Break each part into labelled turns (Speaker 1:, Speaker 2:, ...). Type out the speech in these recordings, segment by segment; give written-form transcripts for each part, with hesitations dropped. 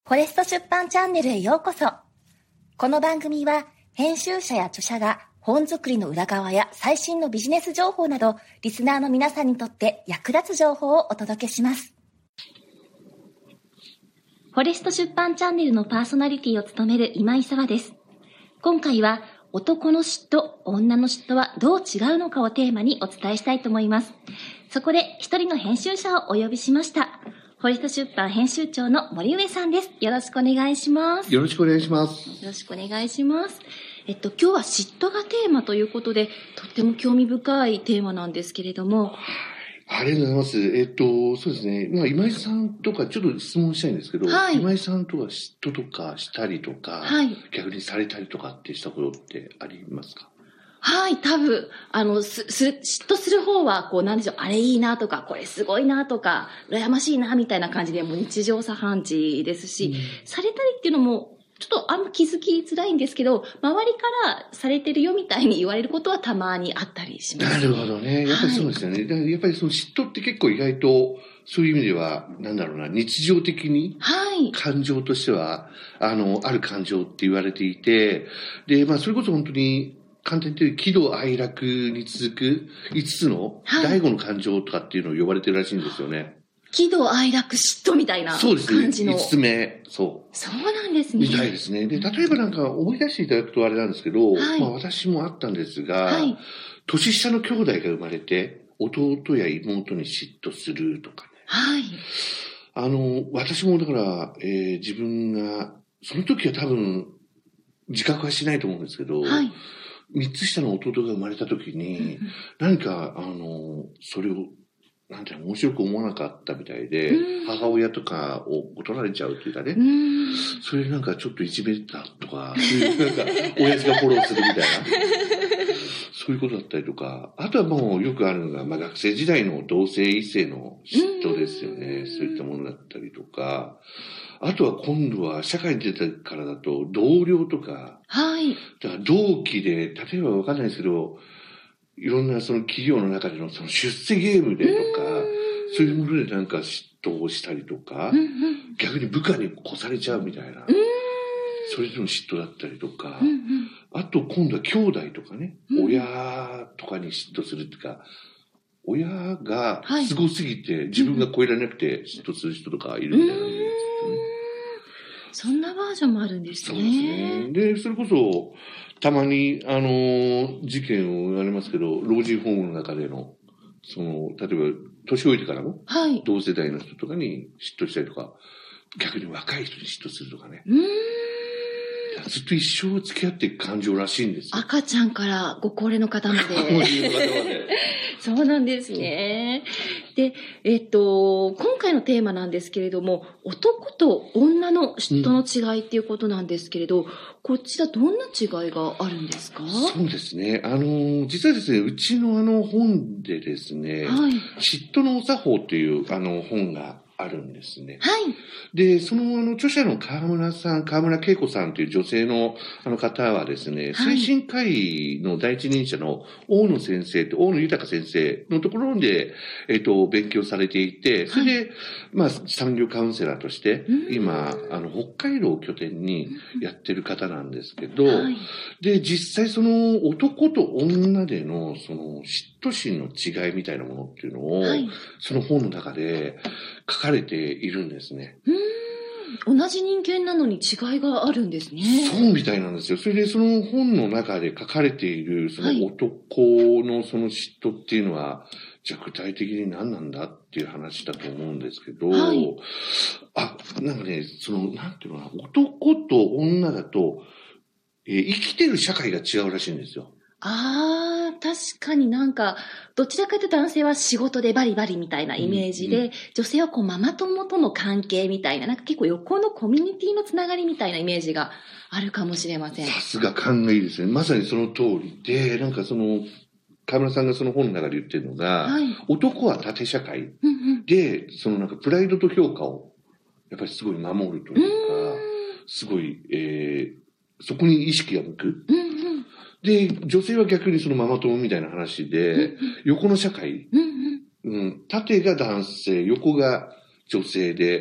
Speaker 1: フォレスト出版チャンネルへようこそ。この番組は編集者や著者が本作りの裏側や最新のビジネス情報などリスナーの皆さんにとって役立つ情報をお届けします。フォレスト出版チャンネルのパーソナリティを務める今井沙和です。今回は男の嫉妬、女の嫉妬はどう違うのかをテーマにお伝えしたいと思います。そこで一人の編集者をお呼びしました。フォレスト出版編集長の森上さんです。よろしくお願いします。
Speaker 2: よろしくお願いします。
Speaker 1: よろしくお願いします。今日は嫉妬がテーマということで、とっても興味深いテーマなんですけれども。
Speaker 2: ありがとうございます。そうですね。今井さんとかちょっと質問したいんですけど、今井さんとか嫉妬とかしたりとか、逆にされたりとかってしたことってありますか？
Speaker 1: はい、多分、嫉妬する方は、なんでしょう、あれいいなとか、これすごいなとか、羨ましいなみたいな感じで、もう日常茶飯事ですし、されたりっていうのも、ちょっとあんま気づきづらいんですけど、周りからされてるよみたいに言われることはたまにあったりします。
Speaker 2: なるほどね。やっぱりそうですよね。やっぱりその嫉妬って結構意外と、そういう意味では、日常的に、感情としては、ある感情って言われていて、で、それこそ本当に、簡単に言って喜怒哀楽に続く5つの第5の感情とかっていうのを呼ばれてるらしいんですよね。
Speaker 1: 喜怒哀楽嫉妬みたいな感じの。
Speaker 2: そうですね。5つ目。そう。
Speaker 1: そうなんですね。
Speaker 2: みたいですね。で、例えば思い出していただくとあれなんですけど、私もあったんですが、年下の兄弟が生まれて、弟や妹に嫉妬するとかね。私もだから、自分が、その時は多分、自覚はしないと思うんですけど、3つ下の弟が生まれた時に、何か、それを、面白く思わなかったみたいで、母親とかを取られちゃうっていうかね、それちょっといじめたとか、そういう親父がフォローするみたいな、そういうことだったりとか、あとはもうよくあるのが、学生時代の同性異性の嫉妬ですよね。そういったものだったりとか、あとは今度は社会に出てからだと同僚とか、だから同期で、例えばわかんないですけど、いろんなその企業の中でのその出世ゲームでとか、そういうもので嫉妬をしたりとか、逆に部下に越されちゃうみたいな、それでの嫉妬だったりとか、あと今度は兄弟とかね、親とかに嫉妬するっていうか、親がすごすぎて自分が超えられなくて嫉妬する人とかいるみたいなんですよね。
Speaker 1: そんなバージョンもあるんですね。
Speaker 2: そうですね。で、それこそ、たまに、事件を言われますけど、老人ホームの中での、例えば、年老いてからも、同世代の人とかに嫉妬したりとか、逆に若い人に嫉妬するとかね。ずっと一生付き合っていく感情らしいんですよ。
Speaker 1: 赤ちゃんからご高齢の方まで。そうなんですね。で、今回のテーマなんですけれども、男と女の嫉妬の違いっていうことなんですけれど、こちらどんな違いがあるんですか？
Speaker 2: そうですね。実はですね、うちの本でですね、嫉妬のお作法っていう本があるんですね。で、その著者の川村恵子さんという女性の方はですね、精神科医の第一人者の大野豊先生のところで、勉強されていて、それで、産業カウンセラーとして、今、北海道を拠点にやってる方なんですけど、で、実際その男と女でのその嫉妬心の違いみたいなものっていうのを、その本の中で書かれているんですね。
Speaker 1: 同じ人間なのに違いがあるんですね。
Speaker 2: そうみたいなんですよ。それでその本の中で書かれているその男のその嫉妬っていうのは、じゃあ具体的に何なんだっていう話だと思うんですけど、なんていうのかな、男と女だと、生きてる社会が違うらしいんですよ。
Speaker 1: 確かにどちらかというと男性は仕事でバリバリみたいなイメージで、女性はママ友との関係みたいな、結構横のコミュニティのつながりみたいなイメージがあるかもしれません。
Speaker 2: さすが勘がいいですね。まさにその通りで、河村さんがその本の中で言ってるのが、男は縦社会で、プライドと評価を、やっぱりすごい守るというか、すごい、そこに意識が向く。で、女性は逆にそのママ友みたいな話で、横の社会、縦が男性、横が女性で、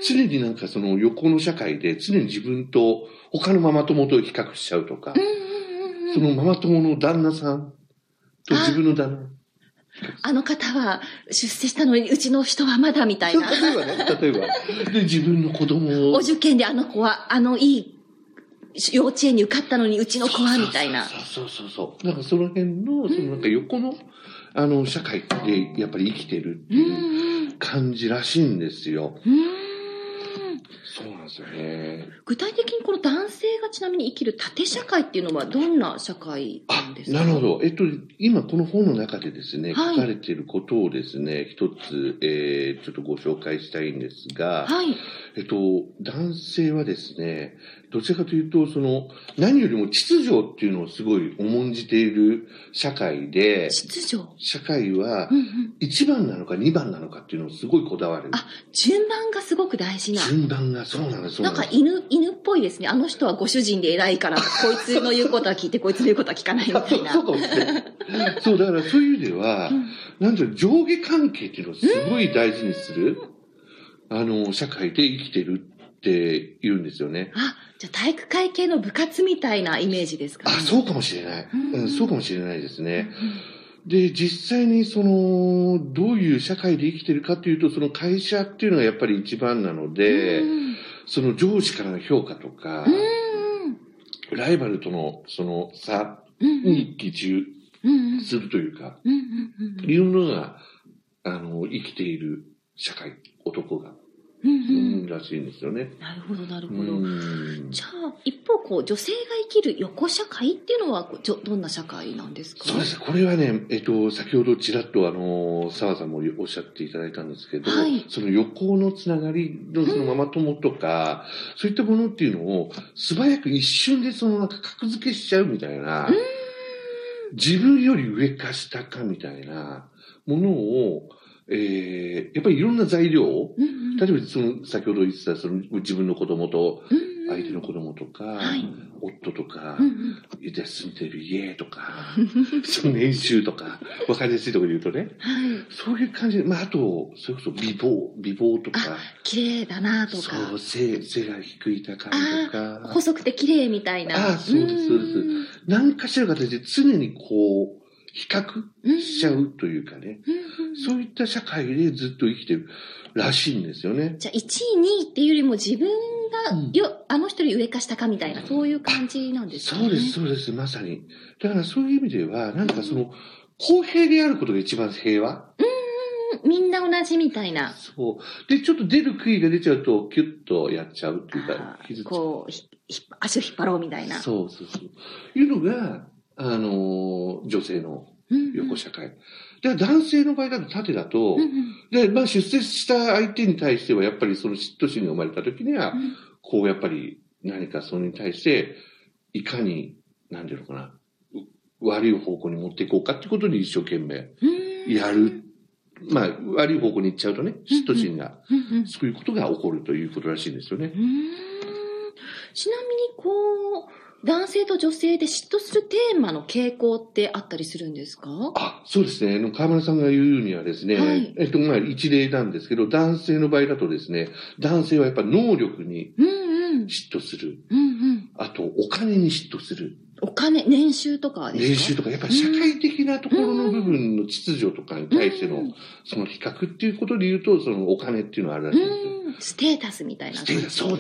Speaker 2: 常になんかその横の社会で常に自分と他のママ友と比較しちゃうとか、そのママ友の旦那さんと自分の旦那。
Speaker 1: あの方は出世したのにうちの人はまだみたいな。
Speaker 2: 例えばね、例えば。で、自分の子供を。
Speaker 1: お受験であの子はいい幼稚園に受かったのにうちの子はみたいな。
Speaker 2: そう。なんかその辺の、そのなんか横の、社会でやっぱり生きてるっていう感じらしいんですよ。そうなんですよね。
Speaker 1: 具体的にこの男性がちなみに生きる縦社会っていうのはどんな社会なんですか？
Speaker 2: なるほど。今この本の中でですね、書かれていることをですね、一つ、ちょっとご紹介したいんですが、男性はですね、どちらかというと、何よりも秩序っていうのをすごい重んじている社会で、
Speaker 1: 秩序？
Speaker 2: 社会は1番なのか2番なのかっていうのをすごいこだわる。
Speaker 1: 順番がすごく大事な。
Speaker 2: 順番が、そうなんです。
Speaker 1: なんか犬っぽいですね。あの人はご主人で偉いから、こいつの言うことは聞いて、こいつの言うことは聞かないみたいな。
Speaker 2: そうかもしれない。そう、だからそういう意味では、なんていうの、上下関係っていうのをすごい大事にする、社会で生きてるって言うんですよね。
Speaker 1: じゃあ体育会系の部活みたいなイメージですかね。
Speaker 2: そうかもしれない。そうかもしれないですね。で、実際にどういう社会で生きてるかというと、その会社っていうのがやっぱり一番なので、その上司からの評価とか、ライバルとの差に帰中するというか、いうのが、生きている社会、男が。らしいんですよね。
Speaker 1: なるほど、なるほど。じゃあ、一方、女性が生きる横社会っていうのは、どんな社会なんですか？
Speaker 2: そうです。これはね、先ほどちらっと澤さんもおっしゃっていただいたんですけど、その横のつながりのそのママ友とか、そういったものっていうのを素早く一瞬でなんか格付けしちゃうみたいな、自分より上か下かみたいなものを、やっぱりいろんな材料を、例えば先ほど言ってた自分の子供と相手の子供とか、夫とか、住んでる家とか、その年収とか、わかりやすいところで言うとね、そういう感じで、あと、それこそ美貌とか、
Speaker 1: 綺麗だなとか、
Speaker 2: そう、背が低い高いとか、
Speaker 1: 細くて綺麗みたいな。
Speaker 2: そうです。何かしらの形で常に比較しちゃうというかね、そういった社会でずっと生きてるらしいんですよね。
Speaker 1: じゃあ1位、2位っていうよりも自分があの人より上か下かみたいな、そういう感じなんですかね。
Speaker 2: そうです、まさに。だからそういう意味では、なんか公平であることが一番平和。
Speaker 1: みんな同じみたいな。
Speaker 2: そう。で、ちょっと出る杭が出ちゃうと、キュッとやっちゃうっていうか、
Speaker 1: 足を引っ張ろうみたいな。
Speaker 2: そう。いうのが、女性の横社会。で、男性の場合だと縦だと、で、出世した相手に対しては、やっぱりその嫉妬心が生まれた時には、やっぱり何かそれに対して、いかに、なんていうのかな、悪い方向に持っていこうかってことに一生懸命やる。悪い方向に行っちゃうとね、嫉妬心が、そういうことが起こるということらしいんですよね。
Speaker 1: ちなみに男性と女性で嫉妬するテーマの傾向ってあったりするんですか？
Speaker 2: そうですね。川村さんが言うにはですね、一例なんですけど、男性の場合だとですね、男性はやっぱ能力に嫉妬する。あと、お金に嫉妬する。
Speaker 1: お金、年収とかですか？
Speaker 2: 年収とか、やっぱり社会的なところの部分の秩序とかに対しての、その比較っていうことで言うと、そのお金っていうのはあるらしいんですよ。
Speaker 1: ステータスみたいな。
Speaker 2: そうです。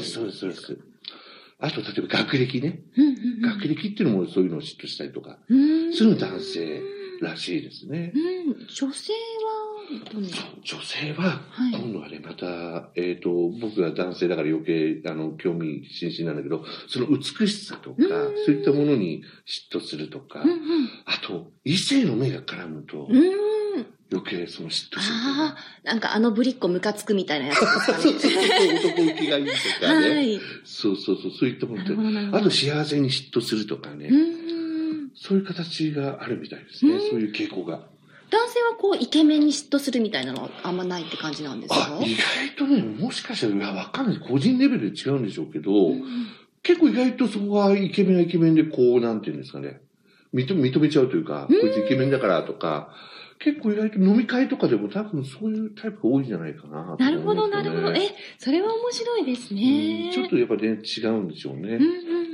Speaker 2: あと、例えば学歴ね。学歴っていうのもそういうのを嫉妬したりとか。そういうの男性らしいですね。
Speaker 1: 女性は
Speaker 2: 女性は、今度はね、また、僕が男性だから余計、興味津々なんだけど、その美しさとか、そういったものに嫉妬するとか、あと、異性の目が絡むと、余計その嫉妬する。
Speaker 1: なんかぶりっ子ムカつくみたいなやつですかね。
Speaker 2: 男受けがいいとかね。そういったものって。あと幸せに嫉妬するとかね。そういう形があるみたいですね。そういう傾向が。
Speaker 1: 男性はイケメンに嫉妬するみたいなのはあんまないって感じなんですか？
Speaker 2: 意外とね、もしかしたら、わかんない。個人レベルで違うんでしょうけど、結構意外とそこはイケメンはイケメンでなんていうんですかね。認めちゃうというか、こいつイケメンだからとか、 結構意外と飲み会とかでも多分そういうタイプが多いんじゃないかな、
Speaker 1: なるほど、なるほど。それは面白いですね。
Speaker 2: ちょっとやっぱね、違うんでしょうね。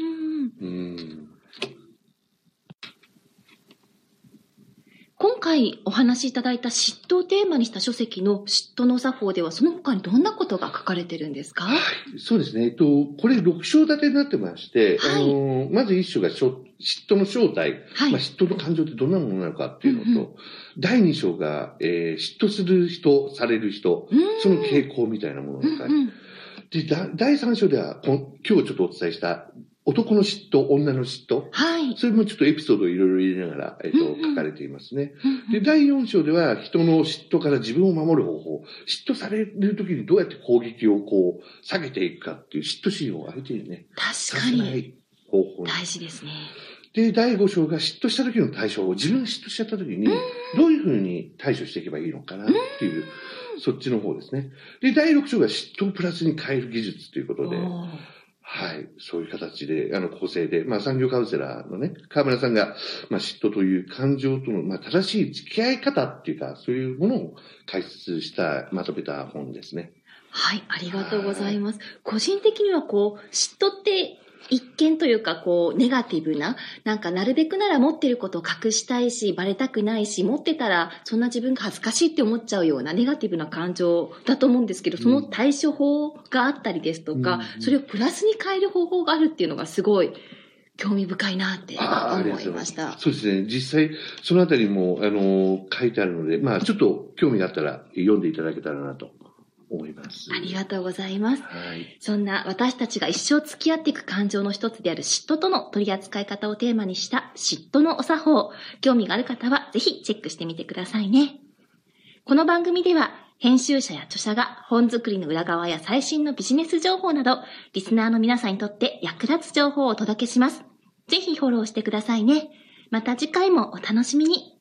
Speaker 1: 今回お話しいただいた嫉妬をテーマにした書籍の嫉妬の作法では、その他にどんなことが書かれてるんですか？
Speaker 2: はい、そうですね。これ6章立てになってまして、まず1章が嫉妬の正体、嫉妬の感情ってどんなものなのかっていうのと、第2章が、嫉妬する人、される人、その傾向みたいなものが書いて、で、第3章では今日ちょっとお伝えした男の嫉妬、女の嫉妬。それもちょっとエピソードをいろいろ入れながら、書かれていますね。で、第4章では人の嫉妬から自分を守る方法。嫉妬されるときにどうやって攻撃を下げていくかっていう嫉妬心を相手にね。
Speaker 1: 確かに。
Speaker 2: 方法
Speaker 1: 大事ですね。
Speaker 2: で、第5章が嫉妬した時の対処法。自分が嫉妬しちゃった時に、どういうふうに対処していけばいいのかなっていう、そっちの方ですね。で、第6章が嫉妬をプラスに変える技術ということで、はい。そういう形で、構成で、産業カウンセラーのね、河村さんが、嫉妬という感情との、正しい付き合い方っていうか、そういうものを解説した、まとめた本ですね。
Speaker 1: はい。ありがとうございます。個人的には嫉妬って一見というか、ネガティブな、なるべくなら持ってることを隠したいし、バレたくないし、持ってたら、そんな自分が恥ずかしいって思っちゃうようなネガティブな感情だと思うんですけど、その対処法があったりですとか、それをプラスに変える方法があるっていうのがすごい興味深いなって思いました。
Speaker 2: そうですね。実際、そのあたりも、書いてあるので、ちょっと興味があったら読んでいただけたらなと。思います。
Speaker 1: ありがとうございます。そんな私たちが一生付き合っていく感情の一つである嫉妬との取り扱い方をテーマにした嫉妬のお作法。興味がある方はぜひチェックしてみてくださいね。この番組では編集者や著者が本作りの裏側や最新のビジネス情報などリスナーの皆さんにとって役立つ情報をお届けします。ぜひフォローしてくださいね。また次回もお楽しみに。